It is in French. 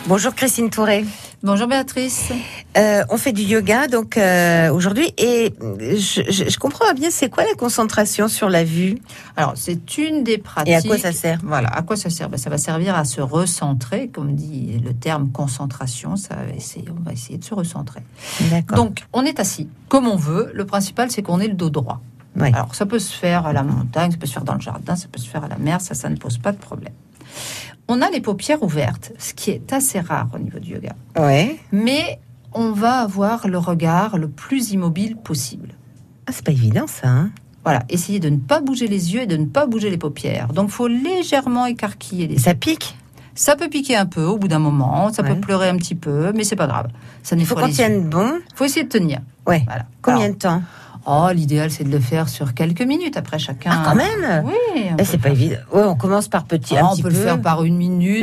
Bonjour Christine Touré. Bonjour Béatrice. On fait du yoga donc aujourd'hui et je comprends pas bien c'est quoi la concentration sur la vue. Alors c'est une des pratiques. Et à quoi ça sert? Voilà, à quoi ça sert? Ça va servir à se recentrer, comme dit le terme concentration. On va essayer de se recentrer. D'accord. Donc on est assis comme on veut. Le principal c'est qu'on ait le dos droit. Oui. Alors ça peut se faire à la montagne, ça peut se faire dans le jardin, ça peut se faire à la mer. Ça ne pose pas de problème. On a les paupières ouvertes, ce qui est assez rare au niveau du yoga. Ouais. Mais on va avoir le regard le plus immobile possible. Ah, c'est pas évident ça. Hein. Voilà, essayez de ne pas bouger les yeux et de ne pas bouger les paupières. Donc, il faut légèrement écarquiller les yeux. Ça pique? Ça peut piquer un peu au bout d'un moment, ça peut pleurer un petit peu, mais c'est pas grave. Ça Il faut qu'on tienne bon. Il faut essayer de tenir. Ouais. Voilà. Combien de temps? L'idéal, c'est de le faire sur quelques minutes. Après, chacun... Ah, quand même? Oui. C'est pas évident. Ouais, on commence par un petit peu. On peut le faire par 1 minute.